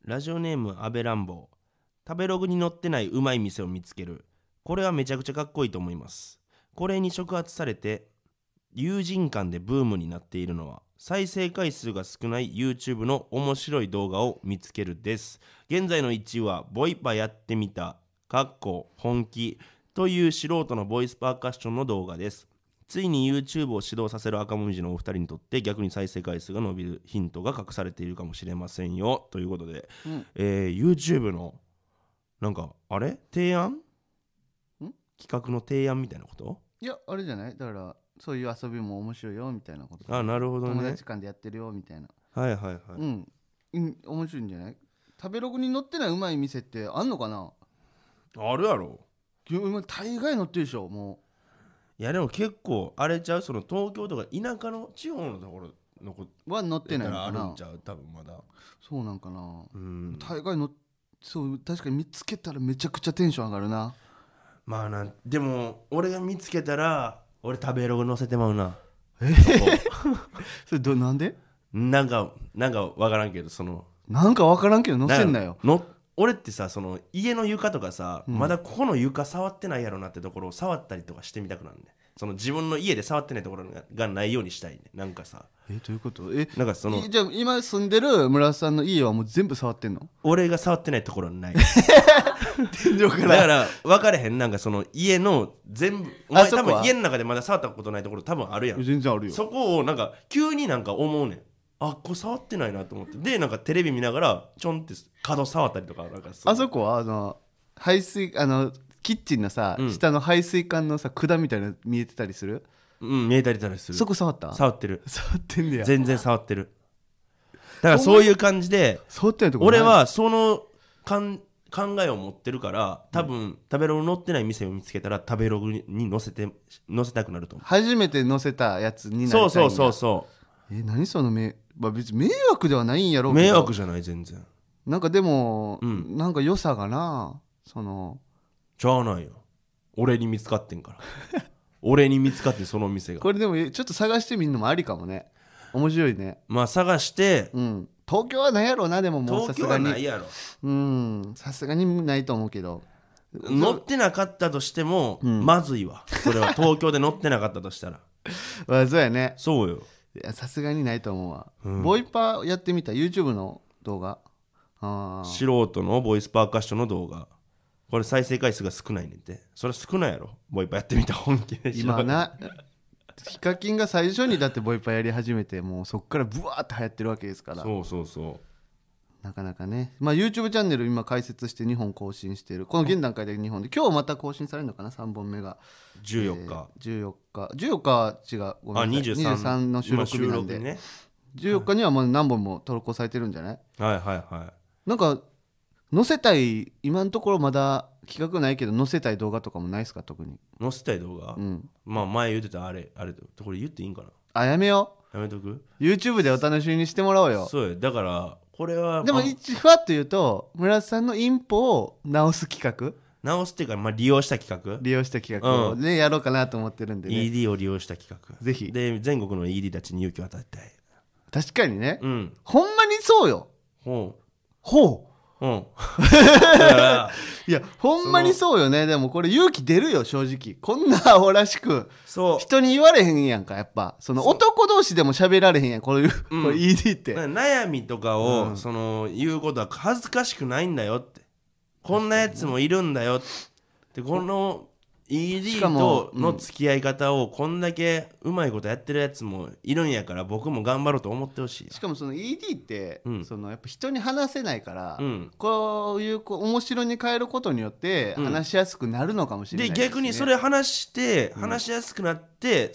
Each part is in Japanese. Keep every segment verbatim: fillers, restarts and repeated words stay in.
ラジオネームアベランボー。食べログに載ってないうまい店を見つける。これはめちゃくちゃかっこいいと思います。これに触発されて友人間でブームになっているのは再生回数が少ない YouTube の面白い動画を見つけるです。現在のいちいはボイパやってみたかっこ本気という素人のボイスパーカッションの動画です。ついに YouTube を指導させる赤もみじのお二人にとって逆に再生回数が伸びるヒントが隠されているかもしれませんよということで、 うんえー YouTube のなんかあれ提案ん企画の提案みたいなこと？ いやあれじゃない、だからそういう遊びも面白いよみたいなこと。 あ、なるほどね。 友達間でやってるよみたいな。 はいはいはい、 うんうん面白いんじゃない。食べログに載ってないうまい店ってあんのかな。 あるやろ。 いや今大概載ってるでしょもいやでも結構あれちゃう、その東京とか田舎の地方のところのこうは載ってないのあかな。 るんちゃう多分まだ。 そうなんかな。 うん大概のそう確かに見つけたらめちゃくちゃテンション上がるな。 まあな、でも俺が見つけたら俺食べログ載せてまうな。 えそれどなんで。 なんかなんかわからんけど、そのなんか分からんけど載せんなよ。 の俺ってさ、その家の床とかさ、 うんまだここの床触ってないやろなってところを触ったりとかしてみたくなるね。その自分の家で触ってないところががないようにしたいね。なんかさ、 えどういうこと。えなんかそのいじゃあ今住んでる村田さんの家はもう全部触ってんの。 俺が触ってないところはない天井かだから分かれへん。なんかその家の全部お前多あそこは分家の中でまだ触ったことないところ多分あるやん。 全然あるよ。 そこをなんか急になんか思うねん。あ、これ触ってないなと思って、でなんかテレビ見ながらちょんって角触ったりとかなんかする。 あそこはあの排水あのキッチンのさ、 うん下の排水管のさ管みたいなの見えてたりする。 うん、見えたりたりする。 そこ触った。 触ってる。 触ってんねや。 全然触ってる。だからそういう感じで触ってないとこない。 俺はそのかん考えを持ってるから、多分食べログ載ってない店を見つけたら食べログに載せて載せたくなると思初めて載せたやつにう。 なりたいんだ。 そうそうそうそえ何そのめ、まあ、別に迷惑ではないんやろう。 うけど迷惑じゃない全然。 なんかでも、 うんなんか良さがなそのちゃあないよ。俺に見つかってんから俺に見つかってその店が。 これでもちょっと探してみるのもありかもね。面白いね。 まあ探して、 うん東京はないやろうな。でももうさ東京すがにはないやろ。 うんさすがにないと思うけど乗ってなかったとしても、 うんまずいわ。それは東京で乗ってなかったとしたらまあそうやね。 そうよ。 いやさすがにないと思うわ、 うんボイパーやってみた YouTube の動画。あ素人のボイスパーカッションの動画、これ再生回数が少ないねんて。それ少ないやろ。ボイパやってみた本気で。 今なヒカキンが最初にだってボイパやり始めてもうそっからブワーって流行ってるわけですから。 そうそうそなかなかね、まあ、YouTube チャンネル今開設してにほん更新してる。この現段階でにほんで今日また更新されるのかなさんぼんめがう。じゅうよっか、 えー、じゅうよっかじゅうよっかは違うごめんあなさいにじゅうさん、 にじゅうさんの収録日なんで、 今収録ね。 じゅうよっかにはもう何本も投稿されてるんじゃない。 はいはいはい。 なんか載せたい今のところまだ企画ないけど載せたい動画とかもないですか特に。 載せたい動画、 うんまあ前言ってたあれあれこれ言っていいんかな。 あやめよやめとく。 う YouTube でお楽しみにしてもらおうよ。 そうよ。だからこれはでもまあ一ふわっと言うと村田さんのインポを直す企画直すっていうか、まあ、利用した企画、 利用した企画をね、やろうかなと思ってるんでね。 イーディー を利用した企画ぜひで全国の イーディー たちに勇気を与えたい。 確かにね、 うん。 ほんまにそうよ。 ほほう。うん。だからういやほんまにそうよね。でもこれ勇気出るよ正直。こんなアホらしくそう人に言われへんやんか。やっぱその男同士でも喋られへんやんこれ、これ イーディー って。 悩みとかを、 うんその言うことは恥ずかしくないんだよって。こんなやつもいるんだよって。この イーディーしかもとの付き合い方をこんだけうまいことやってるやつもいるんやから、僕も頑張ろうと思ってほしい。 しかもその イーディー って、 うんそのやっぱ人に話せないから、 うんこういうこう面白に変えることによってうん話しやすくなるのかもしれなでいですね。 逆にそれ話して話しやすくなって、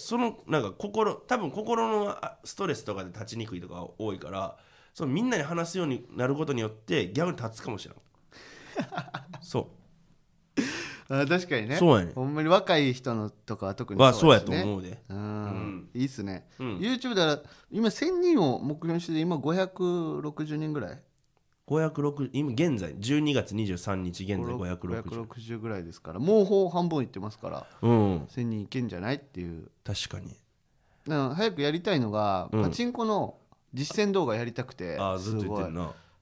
そのなんか心多分心のあストレスとかで立ちにくいとかが多いから、そのみんなに話すようになることによって逆に立つかもしれないそあ確かにね。 そうやねほんまに若い人のとかは特うにはそうやとですね。 思うで。 うんうんいいっすね、 うん YouTube だから今せんにんを目標にして今ごひゃくろくじゅうにんぐらい。 ごひゃくろく今現在じゅうにがつにじゅうさんにち現在ごひゃくろくじゅう。 ごひゃくろくじゅうぐらいですからもうほぼ半分いってますからうんせんにんいけんじゃないっていう。 確かに。 だから早くやりたいのが、 うんパチンコの実践動画やりたくて。 ああずっと言ってすごいるな。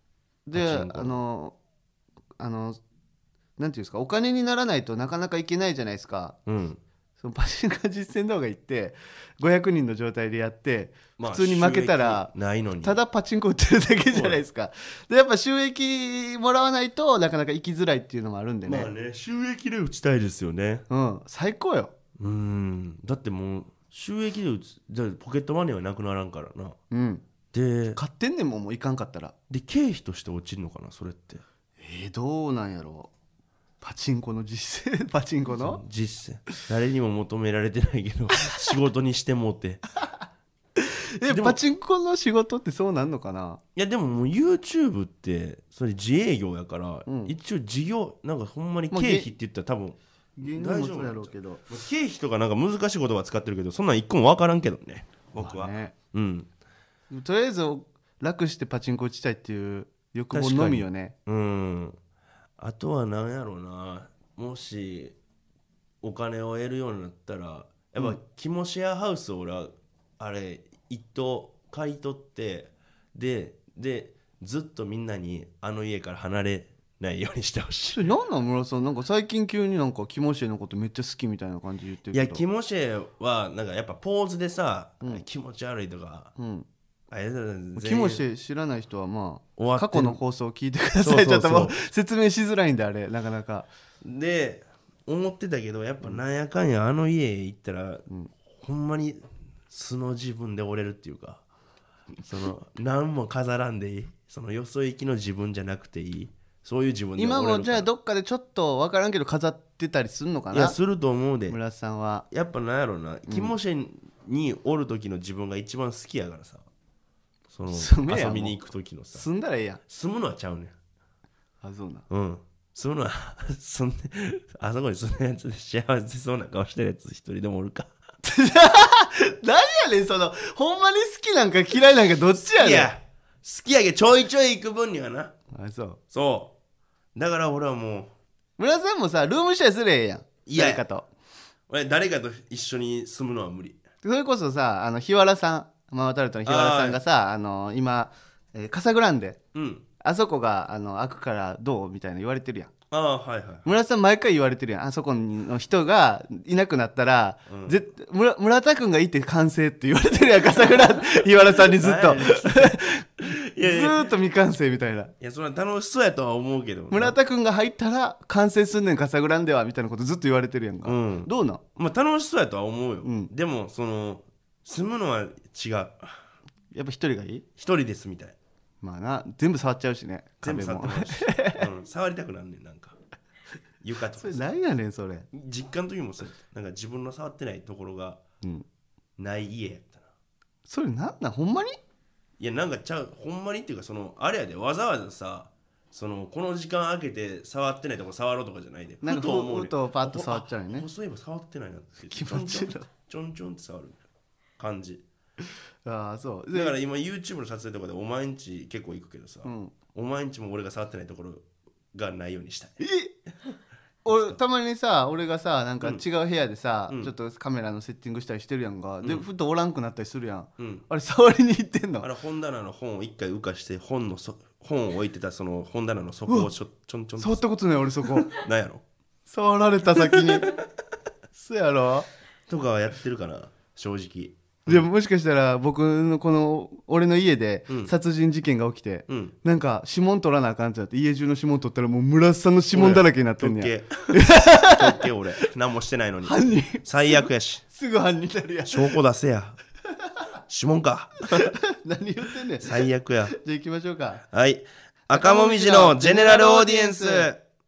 でパチンコあのあのなんていうんですか、お金にならないとなかなかいけないじゃないですか。 うんそのパチンコ実践動画行ってごひゃくにんの状態でやって、 まあ普通に負けたら収益ないのにただパチンコ売ってるだけじゃないですか。でやっぱ収益もらわないとなかなか生きづらいっていうのもあるんでね。 まあね収益で打ちたいですよね。 うん最高よ。 うんだってもう収益で打つじゃあポケットマネーはなくならんからな。 うんで買ってんねんもん、もういかんかったら。 で経費として落ちるのかなそれって。 えー、どうなんやろう。パチンコの実践パチンコの実践誰にも求められてないけど仕事にしてもうてえでもパチンコの仕事ってそうなんのかな。 いやでももう YouTube ってそれ自営業やから、 うん一応事業なんかほんまに経まあ費って言ったら多分芸人もそうやろうけど経費とかなんか難しい言葉使ってるけどそんなん一個も分からんけどね僕は、 まあね、 うんとりあえず楽してパチンコ打ちたいっていう欲望のみよね。 うんあとは何やろうな、もしお金を得るようになったらやっぱキモシェアハウスを俺はあれ一棟買い取ってででずっとみんなにあの家から離れないようにしてほしい。 それなんなん村さん、なんか最近急になんかキモシエのことめっちゃ好きみたいな感じで言ってるけど。 いやキモシェはなんかやっぱポーズでさ、 うん気持ち悪いとか、 うん、 あれ全員キモシエ知らない人はまあ終わってる過去の放送を聞いてください。 そうそうそうちょっともう説明しづらいんであれなかなか。 で思ってたけどやっぱなんやかんやあの家行ったら、 んほんまに素の自分で折れるっていうか、その何も飾らんでいい、そのよそ行きの自分じゃなくていい、そういう自分で折れるから。 今もじゃあどっかでちょっと分からんけど飾ってたりすんのかな。 いやすると思うで。 村さんはやっぱなんやろな、キモシェにおる時の自分が一番好きやからさ、その住めや遊びに行く時のさ、 住んだらええやん。 住むのはちゃうねん。 あそうな。 うん住むのは住んであそこに住んでるやつで幸せそうな顔してるやつ一人でもおるか何やねんその、ほんまに好きなんか嫌いなんかどっちやねん。 いや好きやけどちょいちょい行く分にはな。 あそうそうだから俺はもう村さんもさルームシェアすれええやん。 いや誰かと。 俺誰かと一緒に住むのは無理。 それこそさあの日原さんママタルトの日原さんがさあの今、えーカサグランデうんあそこがあの開くからどうみたいな言われてるやん。 ああはいはい村田さん毎回言われてるやん。あそこの人がいなくなったら、 うんぜ村村田君がいて完成って言われてるやん。カサグランデ日原さんにずっと何やねんいやいやずーっと未完成みたいな。 いやそれは楽しそうやとは思うけどな村田君が入ったら完成すんねんカサグランデはみたいなことずっと言われてるやんか、 うんどうなん。 まあ楽しそうやとは思うよ、 うんでもその住むのは違う。 やっぱ一人がいい。 一人ですみたい。 まあな全部触っちゃうしね全部壁も触ってもらうし、うん、触りたくなんねんなんか床とそれかさ何やねんそれ。 実家の時もさなんか自分の触ってないところがうんない家やったな。 それなんなんほんまに。 いやなんかちゃうほんまにっていうかそのあれやでわざわざさそのこの時間空けて触ってないとこ触ろうとかじゃないでなんかふと思うねふとパッと触っちゃうよねあそういえば触ってないなって気持ちいいなちょんちょんちょんって触る感じああそうだから今 YouTube の撮影とかでお前んち結構行くけどさ、 うんお前んちも俺が触ってないところがないようにしたい。 え俺たまにさ俺がさなんか違う部屋でさ、 うんちょっとカメラのセッティングしたりしてるやんか、 んでふとおらんくなったりするやん、 うんあれ触りに行ってんの。 あれ本棚の本を一回浮かして本のそ本を置いてたその本棚の底をちょちょんちょん触ったことない俺そこなんやろ触られた先にそやろ。 とかはやってるかな正直。 でももしかしたら僕のこの俺の家でうん殺人事件が起きて、 うんなんか指紋取らなあかんってなって家中の指紋取ったらもう村瀬さんの指紋だらけになってんねや。 特権特権俺何もしてないのに犯人最悪やしすぐ犯人になるやん。 証拠出せや指紋か何言ってんねん。じゃ最悪や。 あ行きましょうか。 はい赤もみじのジェネラルオーディエンス。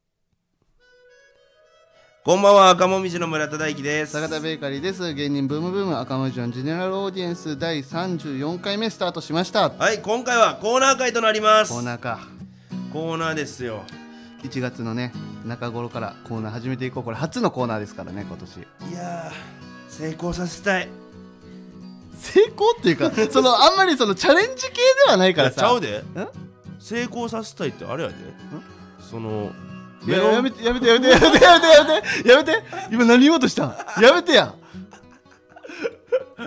こんばんは赤もみじの村田大樹です。 坂田ベーカリーです。芸人ブームブーム赤文字のジェネラルオーディエンスだいさんじゅうよんかいめスタートしました。 はい今回はコーナー会となります。 コーナーか。 コーナーですよ。 いちがつのね中頃からコーナー始めていこう。これ初のコーナーですからね今年。 いやー成功させたい。 成功っていうかそのあんまりそのチャレンジ系ではないからさ。 いやちゃうでん成功させたいってあれやでそのいややめてやめてやめてやめてやめてやめてやめて今何言おうとしたんやめてや。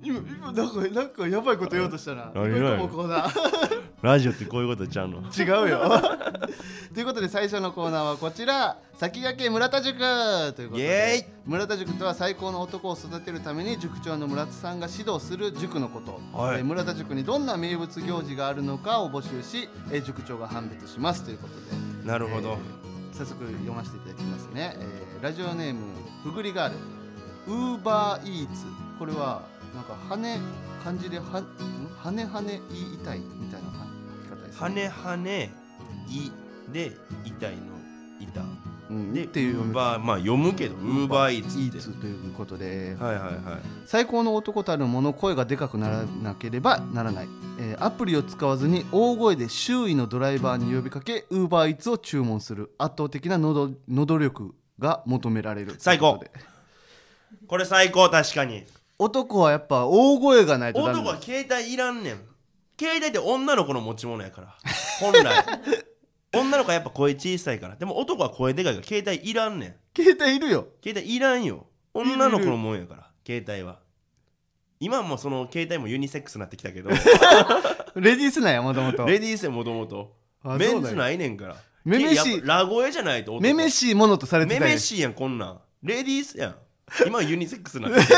今今なんかなんかやばいこと言おうとしたな。 何これもコーナーラジオってこういうことちゃうの？ 違うよということで最初のコーナーはこちら、先駆け村田塾ということイエで、村田塾とは最高の男を育てるために塾長の村田さんが指導する塾のこと、 はいえー村田塾にどんな名物行事があるのかを募集し、えー塾長が判別しますということで、 なるほど、 えー早速読ませていただきますね、えーラジオネームふぐりガール、ウーバーイーツ、これはなんかはね漢字ではんはねはね言いたいみたいな書き方ですね。 はねはねいで痛いの痛うん、 でっていうウーバー、まあ読むけどウーバーイーツってイーツということで、 はいはいはい。 最高の男たるもの声がでかくならなければならない、えーアプリを使わずに大声で周囲のドライバーに呼びかけウーバーイーツを注文する圧倒的な喉喉力が求められる。 最高ということで、 これ最高。確かに男はやっぱ大声がないとダメだ。 男は携帯いらんねん。携帯って女の子の持ち物やから本来女の子はやっぱ声小さいから。でも男は声でかいから携帯いらんねん。 携帯いるよ。 携帯いらんよ。女の子のもんやから携帯は。今もその携帯もユニセックスになってきたけどレディースなんやもともと。 レディースやもともとメンズないねんから。 めめしいやっぱラ声じゃないと男。 めめしいものとされてたんや。 めめしいやんこんなん。レディースやん。今はユニセックスになってき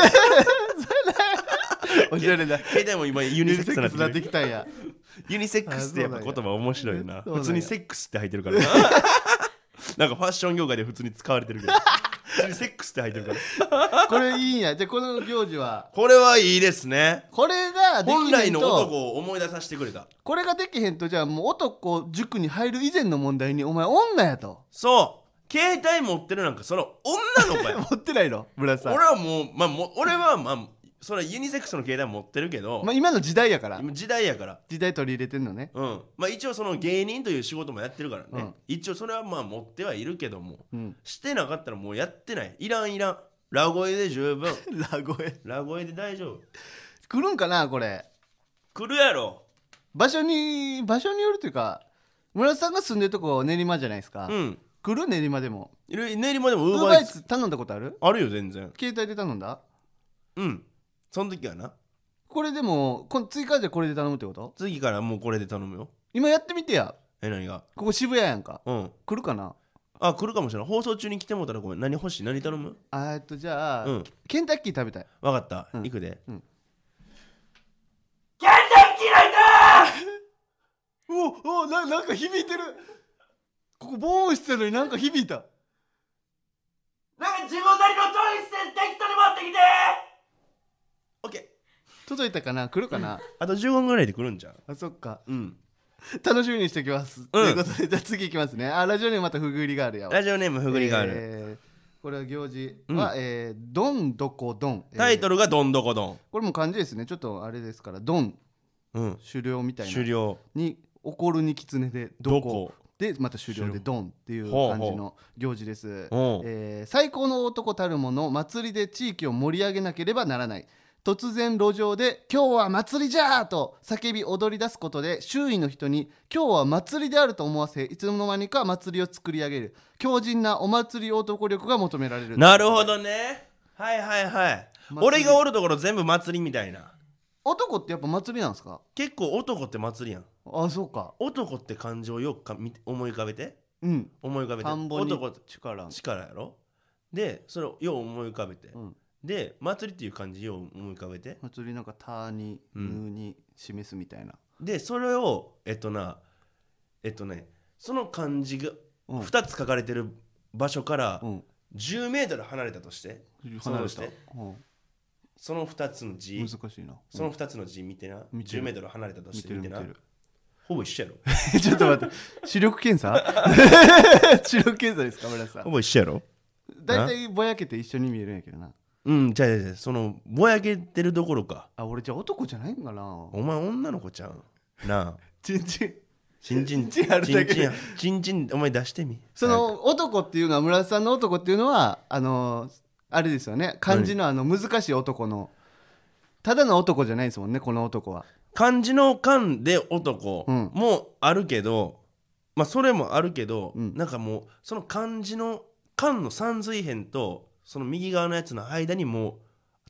おしゃれだ。 携帯も今ユユニニセックスセックスになっになってきてきたんや。 ユニセックスってやっぱ言葉面白いな。 そうなんや普通にセックスって入ってるからななんかファッション業界で普通に使われてるけど普通にセックスって入ってるからこれいいんや。じゃあこの行事はこれはいいですね。 これができ本来のへんと、 男を思い出させてくれた。 これができへんと、じゃあもう男塾に入る以前の問題にお前女やとそう携帯持ってるなんかその女の子や持ってないの村さん。 俺はもうまあも俺はまあそれはユニセックスの携帯持ってるけど、 まあ、今の時代やから今時代やから時代取り入れてんのね。 うんまあ一応その芸人という仕事もやってるからね、 うん一応それはまあ持ってはいるけども、 うんしてなかったらもうやってない。いらんいらん。ラ声で十分ラ声ラ声で大丈夫。 来るんかなこれ。 来るやろ。 場所に場所によるというか、村田さんが住んでるとこ練馬じゃないですか、 うん来る練馬でも。 練馬でもウウーーバーイーツバーイーツ頼んだことある？ あるよ全然。 携帯で頼んだ？ うんその時はな。 これでもこの追加でこれで頼むってこと？ 次からもうこれで頼むよ。 今やってみてや。 え何が？ ここ渋谷やんか。 うん来るかな？ あ来るかもしれない。放送中に来てもうたらごめん。何欲しい？何頼む？ あーっとじゃあ、 うんケンタッキー食べたい。 分かった、 うん行くで、 うん、 ケンタッキーライタおおななんか響いてる。ここ防音室やのになんか響いた。 ーなんか自分なりのチョイスで適当に持ってきてオッケー。 届いたかな？来るかな？ あとじゅうごふんぐらいで来るんじゃん。 あ、そっか。 うん楽しみにしておきます、ということでじゃあ次いきますね。あ、ラジオネームまたふぐりがあるやわ。 ラジオネームふぐりがある、 えーこれは行事は、うんえーどんどこどん、 タイトル、 ルがどんどこどん。 これも漢字ですね。ちょっとあれですからどんうん狩猟みたいな狩猟に怒るに狐でどこどこでまた狩猟でドンっていうほうほう感じの行事です。 おうえー最高の男たるもの祭りで地域を盛り上げなければならない。突然路上で今日は祭りじゃーと叫び踊り出すことで周囲の人に今日は祭りであると思わせ、いつの間にか祭りを作り上げる強靭なお祭り男力が求められる。 なるほどね。はいはいはい祭り俺がおるところ全部祭りみたいな。 男ってやっぱ祭りなんですか？ 結構男って祭りやん。 あ、そうか。 男って感情をよくか見て思い浮かべてうん。 思い浮かべて田んぼに男って力。 力やろ。でそれをよう思い浮かべて、 うん。 で祭りっていう感じよう思い浮かべて、 祭りなんかたにうぬんに示すみたいな。 でそれをえっとなえっとねその漢字がうんふたつ書かれてる場所からうん。 じゅうメートル離れたとして離れた。 そうしてうんそのふたつの字難しいな。 そのふたつの字見てな、 見てるじゅうメートル離れたと見して見てなてる見てる。 ほぼ一緒やろちょっと待って。視力検査？視力検査ですか村田さん。 ほぼ一緒やろ。 だいたいぼやけて一緒に見えるんやけどな。 うんじゃあじゃあじゃあそのぼやけてるどころかあ、俺じゃあ男じゃないんかな。 お前女の子ちゃうなあ。 ちんちん。 チンチンチンチンあるだけでチンチンチンチンお前出してみ。 その男っていうのは村田さんの男っていうのはあのあれですよね。漢字のあの難しい男のただの男じゃないですもんね。この男は。 漢字の漢で男うんもあるけど、まあそれもあるけど、 うんなんかもうその漢字の漢の三髄辺とその右側のやつの間にもう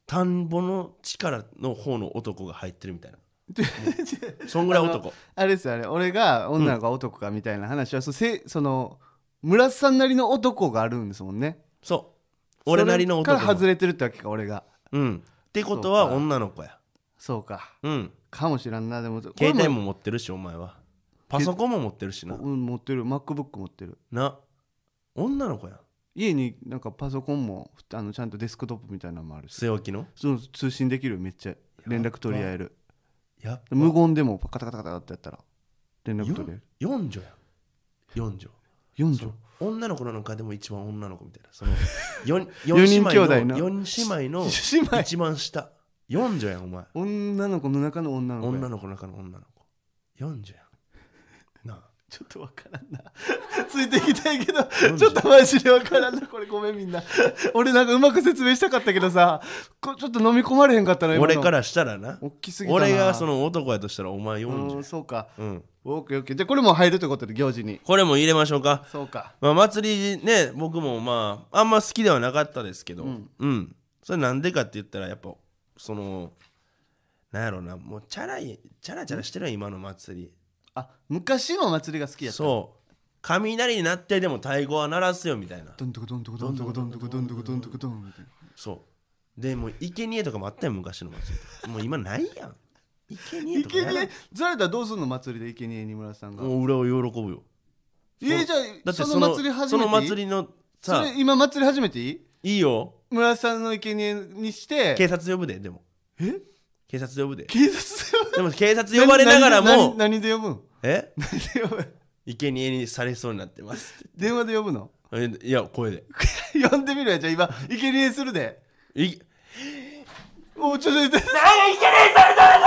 田んぼの力の方の男が入ってるみたいなそんぐらい男。 あ, あれですよあれ俺が女の子が男かみたいな話は、うん、そ, せその村瀬さんなりの男があるんですもんね。 そう俺なりの男から外れてるってわけか俺が。 うんってことは女の子や。 そうかうんかもしらんな。でも携帯も持ってるしお前はパソコンも持ってるしな。 うん持ってる MacBook 持ってるな。女の子や。 家になんかパソコンもあのちゃんとデスクトップみたいなのもあるし据え置きのその通信できるめっちゃ連絡取り合える。 やっぱ無言でもカタカタカタってやったら連絡取り合える。 四女や四女四女女の子の中でも一番女の子みたいなその 4, 4人兄弟の四姉妹の一番下四女やんお前。 女の子の中の女の子女の子の中の女の子四女やんなあ。 ちょっとわからんなついていきたいけどちょっとマジでわからんなこれごめんみんな俺なんかうまく説明したかったけどさこちょっと飲み込まれへんかったな今の。 俺からしたらな大きすぎたな。 俺がその男やとしたらお前四女。 そうかうんオッケーオッケー。じゃあこれも入るということで行事にこれも入れましょうか。 そうか、 まあ、祭りね僕もまああんま好きではなかったですけどうん、うん、それなんでかって言ったらやっぱそのなんやろうなもうチャラいチャラチャラしてるよ今の祭り。 あ昔の祭りが好きやった。 そう雷になってでも太鼓は鳴らすよみたいな。 どんどこどんどこどんどこどんどこどんどこどんどこどんみたいな。 そうでもう生贄とかもあったよ昔の祭り。もう今ないやん生贄とかやらん。 生贄ざれたらどうすんの祭りで生贄に村さんが。 もう俺は喜ぶよ。 えー、じゃあだってその祭り初めていい？ その祭りのさそれ今祭り始めていい？ いいよ。 村さんの生贄にして警察呼ぶで。でもえ警察呼ぶで。 警察でも警察呼ばれながらも何, 何で呼ぶん？ え何で呼ぶん？ 生贄にされそうになってますって電話で呼ぶの？ いや声で呼んでみるや。じゃあ今生贄するで。 いもうちょっと待って。 何や生贄されたの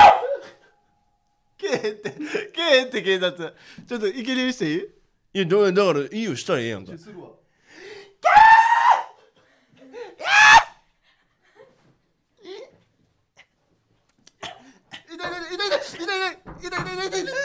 けえってけえって警察ちょっと生贄していい？ いやだだからいいよしたらええやんか。 するわ。痛い痛い痛い痛い痛い痛い痛い痛い痛い痛い痛い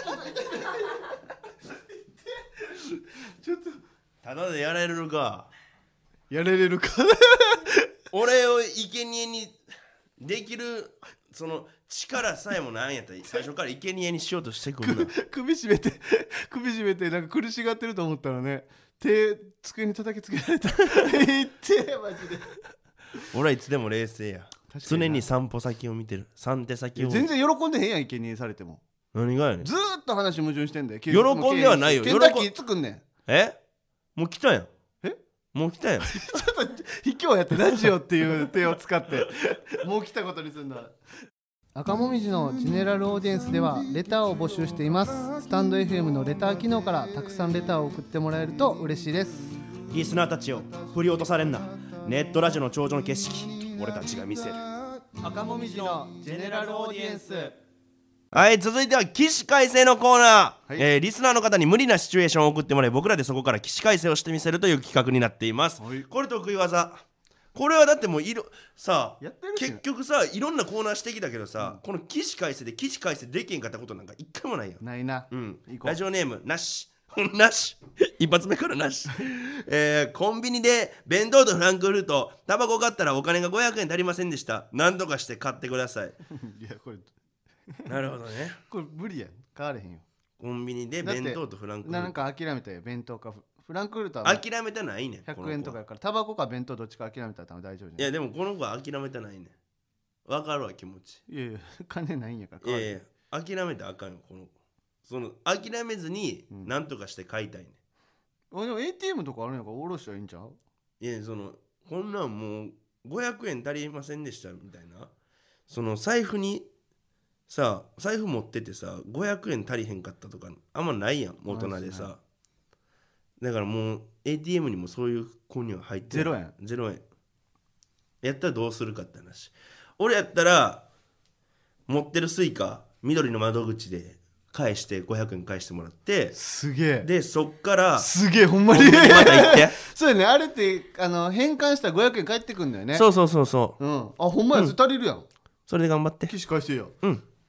ちょっとただでやられるか。 やれれるか俺を生贄にできるその力さえもないんやったら最初から生贄にしようとしてくるな。 首絞めて首絞めてなんか苦しがってると思ったらね手机に叩きつけられた言ってマジで。 俺はいつでも冷静や。常に散歩先を見てる。三手先を。 全然喜んでへんやん生贄されても。 何がやねん。 ずーっと話矛盾してんだよ。 喜んではないよ。 ケンタッキー作んねん。 えもう来たやん。 えもう来たやん。 ちょっと卑怯やってラジオっていう手を使ってもう来たことにするんだ。赤もみじのジェネラルオーディエンスではレターを募集しています。スタンド エフエム のレター機能からたくさんレターを送ってもらえると嬉しいです。 リスナーたちを振り落とされんな。ネットラジオの頂上の景色俺たちが見せる。 赤もみじのジェネラルオーディエンス。 はい、続いては起死回生のコーナー、 はい、 えー、リスナーの方に無理なシチュエーションを送ってもらい僕らでそこから起死回生をしてみせるという企画になっています、はい、これ得意技。これはだってもういろさあ結局さいろんなコーナーしてきたけどさ、うん、この起死回生で起死回生できんかったことなんか一回もないやん。 ないな、 うん、ラジオネームなしなし一発目からなし、えー、コンビニで弁当とフランクフルトタバコ買ったらお金がごひゃくえん足りませんでした。何とかして買ってください。 いやこれなるほどね。 これ無理やん。買われへんよ。 コンビニで弁当とフランクフルトなんか諦めたよ。弁当かフランクフルトは諦めてないねん。 ひゃくえんとかやからタバコか弁当どっちか諦めたら多分大丈夫じゃん。 いやでもこの子は諦めてないねん。わかるわ気持ち。 いやいや金ないんやから。 いやいや諦めてあかんよこの子。その諦めずに何とかして買いたいねん、 うん、でも エーティーエム とかあるんやから下ろしたらいいんちゃう？ いやそのこんなんもうごひゃくえん足りませんでしたみたいな。その財布にさ財布持っててさごひゃくえん足りへんかったとかあんまないやん大人でさ。だからもう エーティーエム にもそういう子には入ってゼロえんゼロえんやったらどうするかって話。俺やったら持ってるスイカ緑の窓口で返してごひゃくえん返してもらって、 すげえでそっからすげえほんまにまた行ってそうやね。あれってあの返還したらごひゃくえん返ってくんだよね。 そうそうそうそう、 うん、あほんまや、うん、足りるやん。 それで頑張って起死回生や。 うん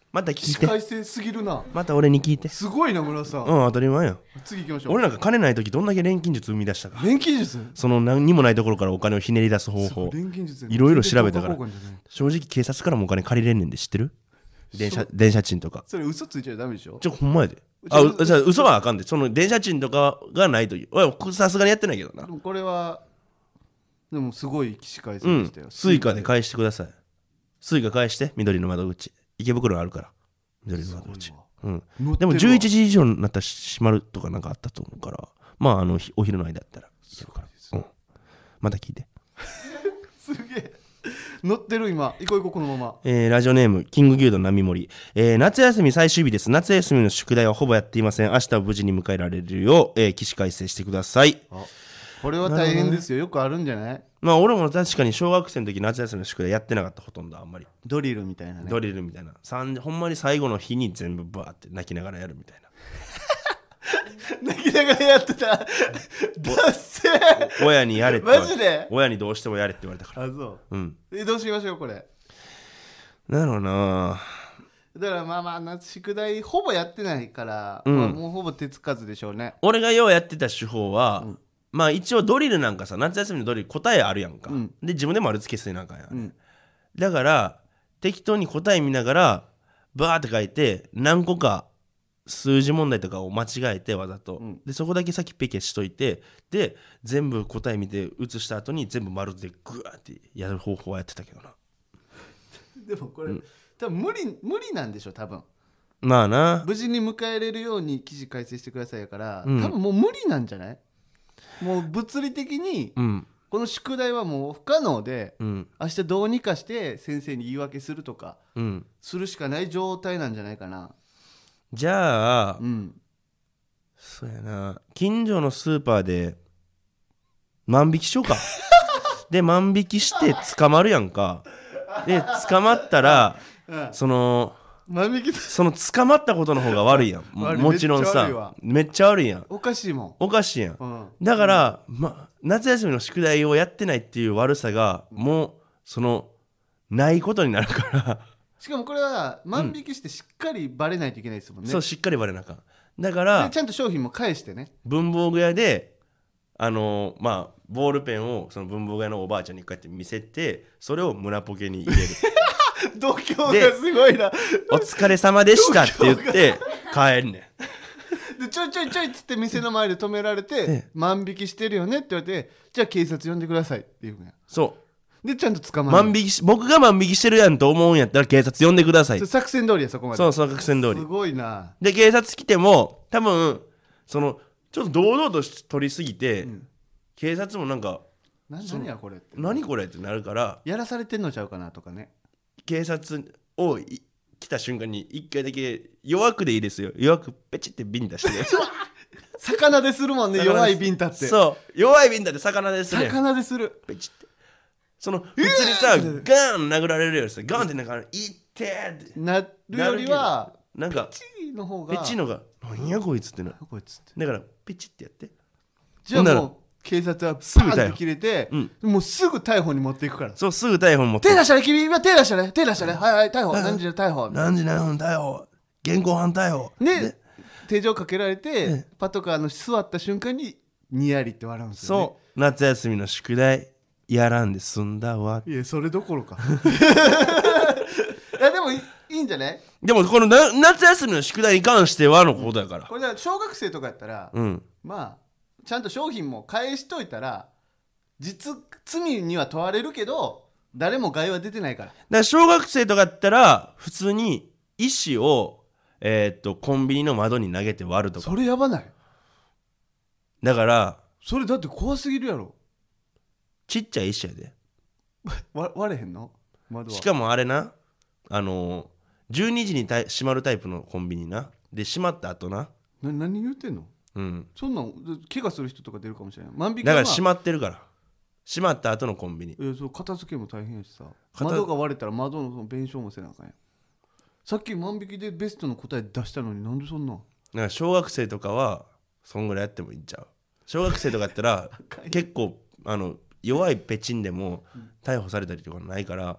また聞いて起死回生すぎるな。 また俺に聞いて。 すごいな村さん、 うん当たり前やん。 次行きましょう。 俺なんか金ない時どんだけ錬金術生み出したか。 錬金術、 その何にもないところからお金をひねり出す方法錬金術いろいろ調べたから全然交換じゃない。 正直警察からもお金借りれんねんで知ってる？電車そう電車賃とかそれ嘘ついちゃダメでしょ。 ちょほんまやで。 ちょあうじゃあ嘘はあかんで。その電車賃とかがないとおいさすがにやってないけどな。 でもこれはでもすごい起死回うん生でしたよ、 スイカで返してください。スイカ返して緑の窓口池袋あるから緑の窓口。うん乗ってるわでもじゅういちじ以上になったら閉まるとかなんかあったと思うからまああのひお昼の間だったらいけるから、うん、また聞いて。 すげえ乗ってる今。行こう行こうこのまま。 えーラジオネームキング牛丼並盛、えー夏休み最終日です。夏休みの宿題はほぼやっていません。明日は無事に迎えられるよう、えー起死回生してください。 あこれは大変ですよ。よくあるんじゃない？ まあ俺も確かに小学生の時夏休みの宿題やってなかった。ほとんどあんまりドリルみたいなね。 ドリルみたいなさんほんまに最後の日に全部バーって泣きながらやるみたいな。 泣きながらやってた。だっせー。 親にやれって言われマジで？ 親にどうしてもやれって言われたから。 あそう。 うんえどうしましょうこれ。 なるほどな。 だからまあまあ夏宿題ほぼやってないから、 うんまあ、もうほぼ手つかずでしょうね。 俺がようやってた手法は、 うんまあ一応ドリルなんかさ夏休みのドリル答えあるやんか、 うんで自分で丸付けせなあかんやん、 うんだから適当に答え見ながらバーって書いて何個か数字問題とかを間違えてわざと、 うんでそこだけ先ペケしといてで全部答え見て写した後に全部丸でグワーってやる方法はやってたけどな。 でもこれ、 うん、 多分無理無理なんでしょ多分。 まあな無事に迎えれるように記事改正してくださいやから、 うん多分もう無理なんじゃない？もう物理的にうんこの宿題はもう不可能で、 うん明日どうにかして先生に言い訳するとかうんするしかない状態なんじゃないかな。 じゃあ、 うんそうやな近所のスーパーで万引きしようかで万引きして捕まるやんか。で捕まったらうんその万引きさその捕まったことの方が悪いやんも悪いもちろんめっちゃ悪いわさめっちゃ悪いやん。 おかしいもおかしいやん。 ん、うん、 だから、ま、夏休みの宿題をやってないっていう悪さがもうそのないことになるからしかもこれは万引きしてしっかりバレないといけないですもんね、 そうしっかりバレなあかん。だからでちゃんと商品も返してね。 文房具屋であのーまあボールペンをその文房具屋のおばあちゃんにこうやって見せてそれを胸ポケに入れる度胸がすごいな。 お疲れ様でしたって言って帰んねん。 でちょいちょいちょいっつって店の前で止められて、 ええ万引きしてるよねって言われて、じゃあ警察呼んでくださいって言うのよ。 そでちゃんと捕うまる。 万引きし僕が万引きしてるやんと思うんやったら警察呼んでください。 それ作戦通りやそこまで。 そうその作戦通りすごいな。 で警察来ても多分そのちょっと堂々と取りすぎて、 うん警察もなんかな何やこれって。 何これってなるからやらされてんのちゃうかなとかね。 警察をい来た瞬間に一回だけ弱くでいいですよ弱くペチって瓶出して魚でするもんね弱い瓶立って。 そう弱い瓶だって魚でするやん魚でする。 ペチってその普通にさ、ガーン殴られるよりさガーンってなんか「いってー」ってなるよりはなんかチーの方が。 ペチのが「何やこいつ」ってなこいつって。 だからペチってやってじゃあほんならもう警察はすぐ逮捕バーンって切れて、 うんもうすぐ逮捕に持っていくから。 そうすぐ逮捕持って手出したね君今手出したね手出したねはいはい逮捕はい何時で逮捕何時何分逮捕現行犯逮捕ね手錠かけられて、 えパトカーの座った瞬間にニヤリって笑うんですよね。 そう夏休みの宿題やらんで済んだわ。 いやそれどころかいやでもいいいんじゃない？ でもこのな夏休みの宿題に関してはのことやから、 これだ小学生とかやったら、 うんまあちゃんと商品も返しといたら実罪には問われるけど誰も害は出てないから。 だから小学生とかやったら普通に石を、えー、っとコンビニの窓に投げて割るとか。 それやばない？ だからそれだって怖すぎるやろ。 ちっちゃい石やで。 わ割れへんの窓は。 しかもあれなあのー、じゅうにじにたい閉まるタイプのコンビニなで閉まった後なな何言うてんの？ うんそんなん怪我する人とか出るかもしれない。万引きは、まあ、 だから閉まってるから閉まった後のコンビニ。 いやそう片付けも大変やしさ、 片窓が割れたら窓のその弁償もせなあかんやん。さっき万引きでベストの答え出したのになんでそんなだから小学生とかはそんぐらいやってもいいんちゃう。小学生とかやったら結構あの弱いペチンでも逮捕されたりとかないから、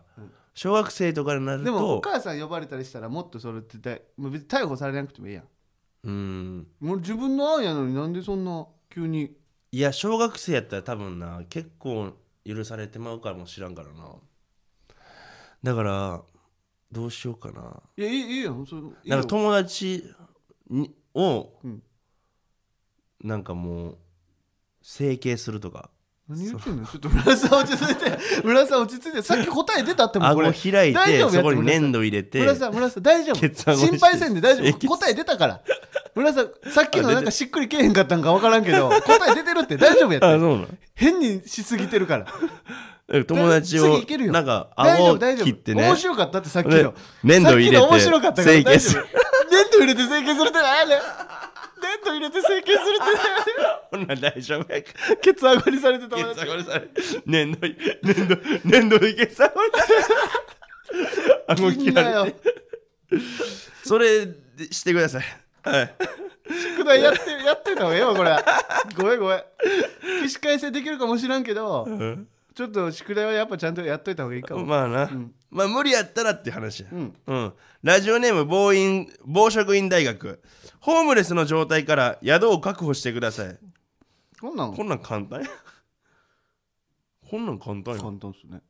小学生とかになるとでもお母さん呼ばれたりしたらもっとそれってだもう別に逮捕されなくてもいいやん。 うんもう自分の案やのになんでそんな急に。 いや小学生やったら多分な結構許されてまうかもしらんからな。だからどうしようかな。 いやいいいいやんそれいいよ。 なんか友達にを、 うん、 なんかもう整形するとか何言ってんの。ちょっと村さん落ち着いて村さん落ち着いて。さっき答え出たってもこれ顎開い大丈夫やっててそこに粘土入れて村さん村さん大丈ケツ顎にして夫。心配せんで大丈清潔夫。答え出たから村さんさっきのなんかしっくりけえへんかったんか分からんけど答え出てるって大丈夫やって。 あそうなん変にしすぎてるから友達を次いけるよ。 なんか大丈顎を夫大丈夫切ってね面白かったってさっきので粘土入れてさっきの面白かったから整形する大丈夫。粘土入れて整形するって何やねん。粘土入れて整形するって何やねほんなん大丈夫やからん。ケツ顎にされてたケ友達ツ顎にされ粘土粘土粘土でケツ顎に顎切られてそれでしてください。はい宿題やってやってた方がええわこれ。ごめんごめん。起死回生できるかもしらんけどうんちょっと宿題はやっぱちゃんとやっといた方がいいかも。 まあな、 んまあ無理やったらって話や、 うんうん、ラジオネーム暴飲暴食院大学。ホームレスの状態から宿を確保してください。 こんなんこんなん簡単やこんなん簡単や簡単っすね。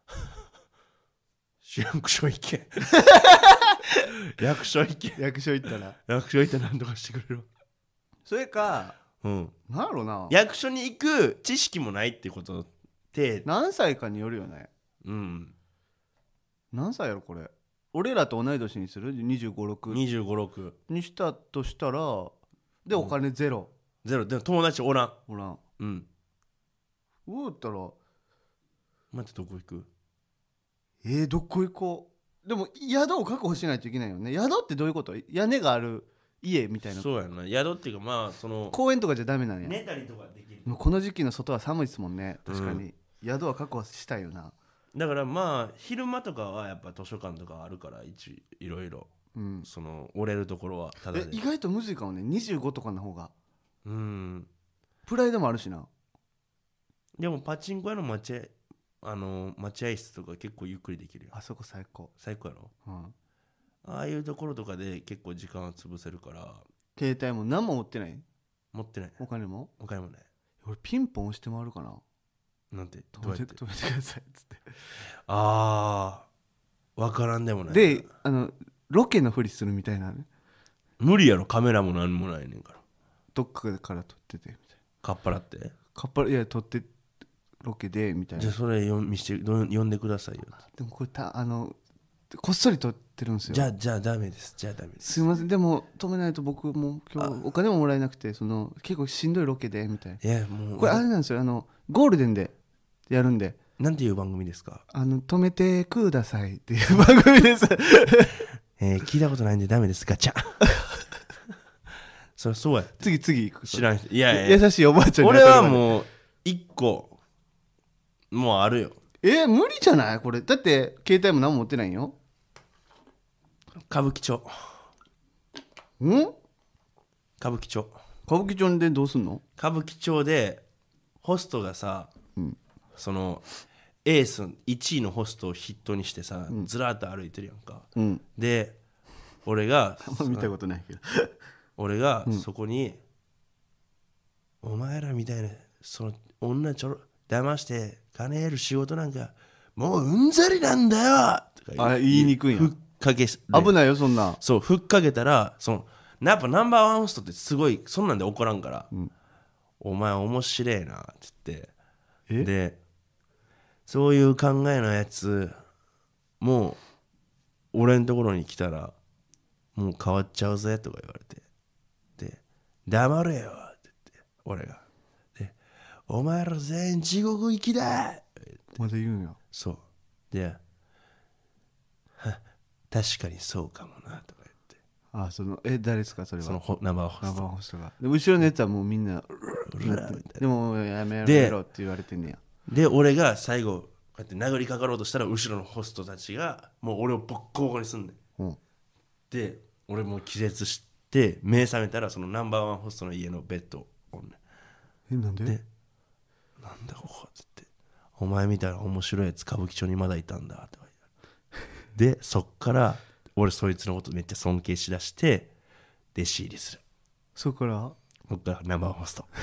役所行け役所行け役所行ったら役所行って何とかしてくれる。 それかうんなんやろな役所に行く知識もないってことって何歳かによるよね。 うん何歳やろこれ。俺らと同い年にするにじゅうご、ろくにじゅうご、ろくにしたとしたらでお金ゼロ、 ゼロでも友達おらん。 ほらうんうーったら待ってどこ行く。 えー、どこ行こう。でも宿を確保しないといけないよね。宿ってどういうこと。屋根がある家みたいな。 そうやな宿っていうかまあその公園とかじゃダメなんや。 寝たりとかできる。 もうこの時期の外は寒いですもんね。確かに、宿は確保したいよな。 だからまあ昼間とかはやっぱ図書館とかあるから一いろいろうんその折れるところはただでえ意外とむずいかもね。にじゅうごとかの方がうんプライドもあるしな。 でもパチンコ屋の待合あの待合室とか結構ゆっくりできるよ。 あそこ最高、 最高やろ。 うん、 ああいうところとかで結構時間を潰せるから携帯も何も持ってない。 持ってない。 お金もお金もない。 俺ピンポン押して回るかな。 なんてどう止めやってて止めてくださいっつってああ分からんでもない。 であのロケのふりするみたいなね。 無理やろカメラも何もないねんから。 どっかから撮っててみたいな。 かっぱらってカッパいや撮ってロケでみたいな。 じゃあそれよ見してど呼んでくださいよ。 でもこれたあのこっそり撮ってるんですよ。 じゃあじゃあダメですじゃあダメです。 すいませんでも止めないと僕も今日お金ももらえなくてその結構しんどいロケでみたいな。 いやもうこれあれなんですよあのゴールデンでやるんでなんていう番組ですか。 あの止めてくださいっていう番組ですえー、聞いたことないんでダメですガチャそりゃそうや次次行く知らん人いやいや優しいおばあちゃんに俺は当たるまでもう一個もうあるよ。 えー、無理じゃないこれ。だって携帯も何も持ってないんよ。 歌舞伎町ん歌舞伎町歌舞伎町でどうすんの。 歌舞伎町でホストがさ、 うんそのエースいちいのホストを筆頭にしてさ、ずらっと歩いてるやんか。 うんで俺があんま見たことないけど俺がそこに、お前らみたいなその女ちょろ騙して金得る仕事なんかもううんざりなんだよとかあ言いにくいんやふっかけし危ないよそんな。 そうふっかけたらそのやっぱナンバーワンホストってすごいそんなんで怒らんから、 んお前面白えなって言ってえでそういう考えのやつもう俺のところに来たらもう変わっちゃうぜとか言われてで黙れよって言って俺がでお前ら全員地獄行きだまだ言うんや。 そうでは確かにそうかもなとか言ってあそのえ誰ですかそれは。 そのほ生ホナンストバーホストが。で後ろのやつはもうみんなうらみたいなでもやめでろって言われてんねや。 で俺が最後こうやって殴りかかろうとしたら後ろのホストたちがもう俺をボッコボコにすんねん。 うんで俺もう気絶して目覚めたらそのナンバーワンホストの家のベッドおんねえなんでんでなんだここっつってお前みたいな面白いやつ歌舞伎町にまだいたんだとかでそっから俺そいつのことめっちゃ尊敬しだして弟子入りする。 そっからそっからナンバーワンホスト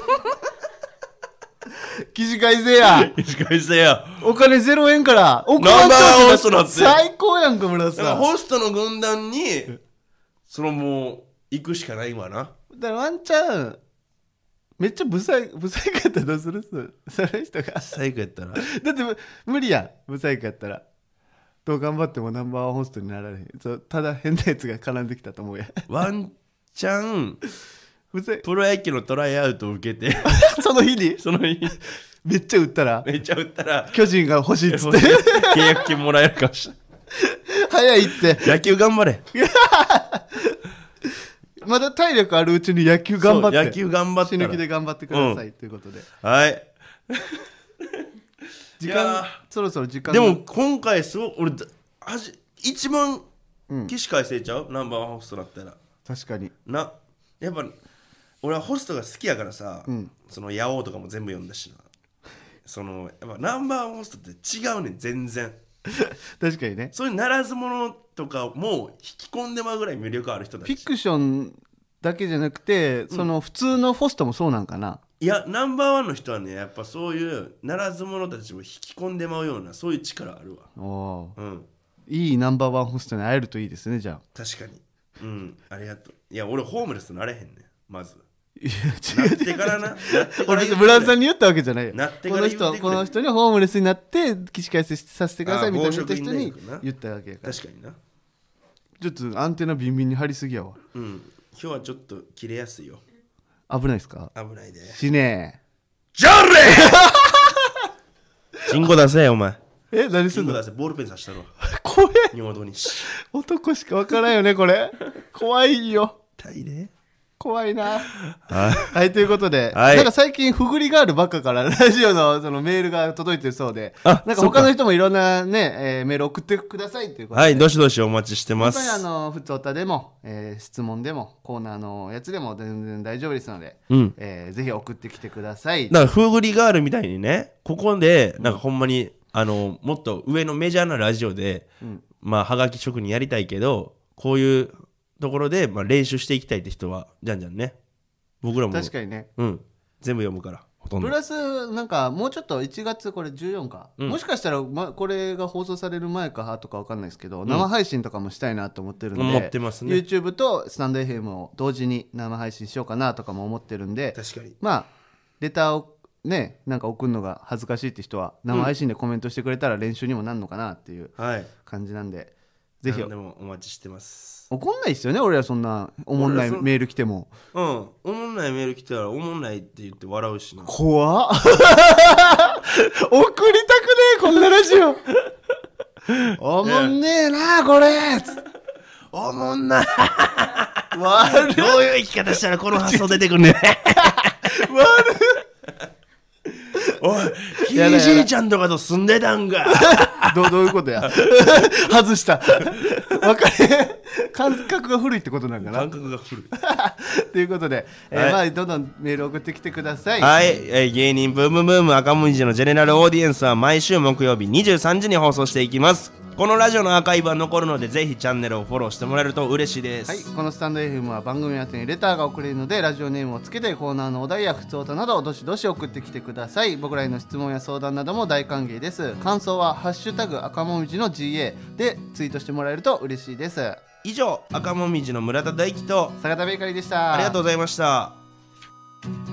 起死回生や起死回生や。 お金ゼロえんからおナンバーワンホストなって最高やんか村だからさん。 ホストの軍団にそのもう行くしかないわな。 だからワンチャンめっちゃブサイブサイクやったらどうするそその人が最後やったらだってむ無理やんブサイクやったらどう頑張ってもナンバーワンホストになられへん。そうただ変なやつが絡んできたと思うやワンチャンブサイプロ野球のトライアウトを受けてその日にその日めっちゃ打ったらめっちゃ打ったら巨人が欲しいっつって契約金もらえるかもしれない。 早いって野球頑張れ。 まだ体力あるうちに野球頑張ってそう野球頑張ったら死ぬ気で頑張ってください、ということではい時いや間そろそろ時間でも今回すごい俺だはじ一番うん起死回生ちゃう、ナンバーワンホストだったら確かにな。やっぱ俺はホストが好きやからさ、 うんその野王とかも全部読んだしな。そのやっぱナンバーワンホストって違うねん全然。 確かにねそういうならず者とかも引き込んでまうぐらい魅力ある人たち。 フィクションだけじゃなくて、その普通のホストもそうなんかな。 いやナンバーワンの人はねやっぱそういうならず者たちを引き込んでまうようなそういう力あるわ。 おーうんいいナンバーワンホストに会えるといいですねじゃあ。 確かに。うんありがとう。いや俺ホームレスなれへんねんまず。 いなっや違うてからな。なってから俺言うてくれ村田さんに言ったわけじゃないよ。 なってこのから言うてくれ人この人にホームレスになって起死回生させてくださいあみたいな言った人に暴食になる言ったわけやから。 確かにな。 ちょっとアンテナビンビンに張りすぎやわ。 うん今日はちょっと切れやすいよ。 危ないですか。 危ないで。 しねじゃれチンコ出せお前。 え。え何すんの。 チンコ出せボールペンさしたろ。 怖え。 尿道にし。 男しかわからんよねこれ。怖いよ。 痛いで。 怖いな。 はいはいということで、 はいなんか最近フグリガールばっかからラジオのそのメールが届いてるそうで、 あなんか他の人もいろんなね、えーメール送ってくださいということで、 はいどしどしお待ちしてま本当にあす。 の普通歌でも、えー質問でもコーナーのやつでも全然大丈夫ですので、 うんえーぜひ送ってきてください。 だからフーグリガールみたいにねここでなんかほんまにあのもっと上のメジャーなラジオで、 うんまあはがき職人やりたいけどこういうところでまあ練習していきたいって人はじゃんじゃんね僕らも確かにね。 うん全部読むからほとんど。 プラスなんかもうちょっといちがつこれじゅうよっか、 うんもしかしたら、ま、これが放送される前かとかわかんないですけど、生配信とかもしたいなと思ってるんで、 思ってますね YouTube とスタンド エフエム を同時に生配信しようかなとかも思ってるんで、 確かにまあレターをねなんか送るのが恥ずかしいって人は生配信でコメントしてくれたら練習にもなるのかなっていうはい感じなんで、ぜひ何でもお待ちしてます。 怒んないですよね俺らそんなおもんない俺らそメール来ても。 うんおもんないメール来たらおもんないって言って笑うしな。 怖っ送りたくねえこんなラジオおもんねえなこれおもんない悪いどういう生き方したらこの発想出てくんねんおいひいじいちゃんとかと住んでたんかどうどういうことや外した分かれ感覚が古いってことなんかな感覚が古いということで、えーはいまあ、どんどんメール送ってきてください。 はい、えー芸人ブームブーム赤もみじのジェネラルオーディエンスは毎週木曜日にじゅうさんじに放送していきます。このラジオのアーカイブは残るのでぜひチャンネルをフォローしてもらえると嬉しいです。 はい、このスタンド エフエム は番組宛てにレターが送れるのでラジオネームをつけてコーナーのお題や普通歌などをどしどし送ってきてください。僕らへの質問や相談なども大歓迎です。感想はハッシュタグ赤もみじの ジーエー でツイートしてもらえると嬉しいです。 以上赤もみじの村田大樹と坂田ベーカリーでした。 ありがとうございました。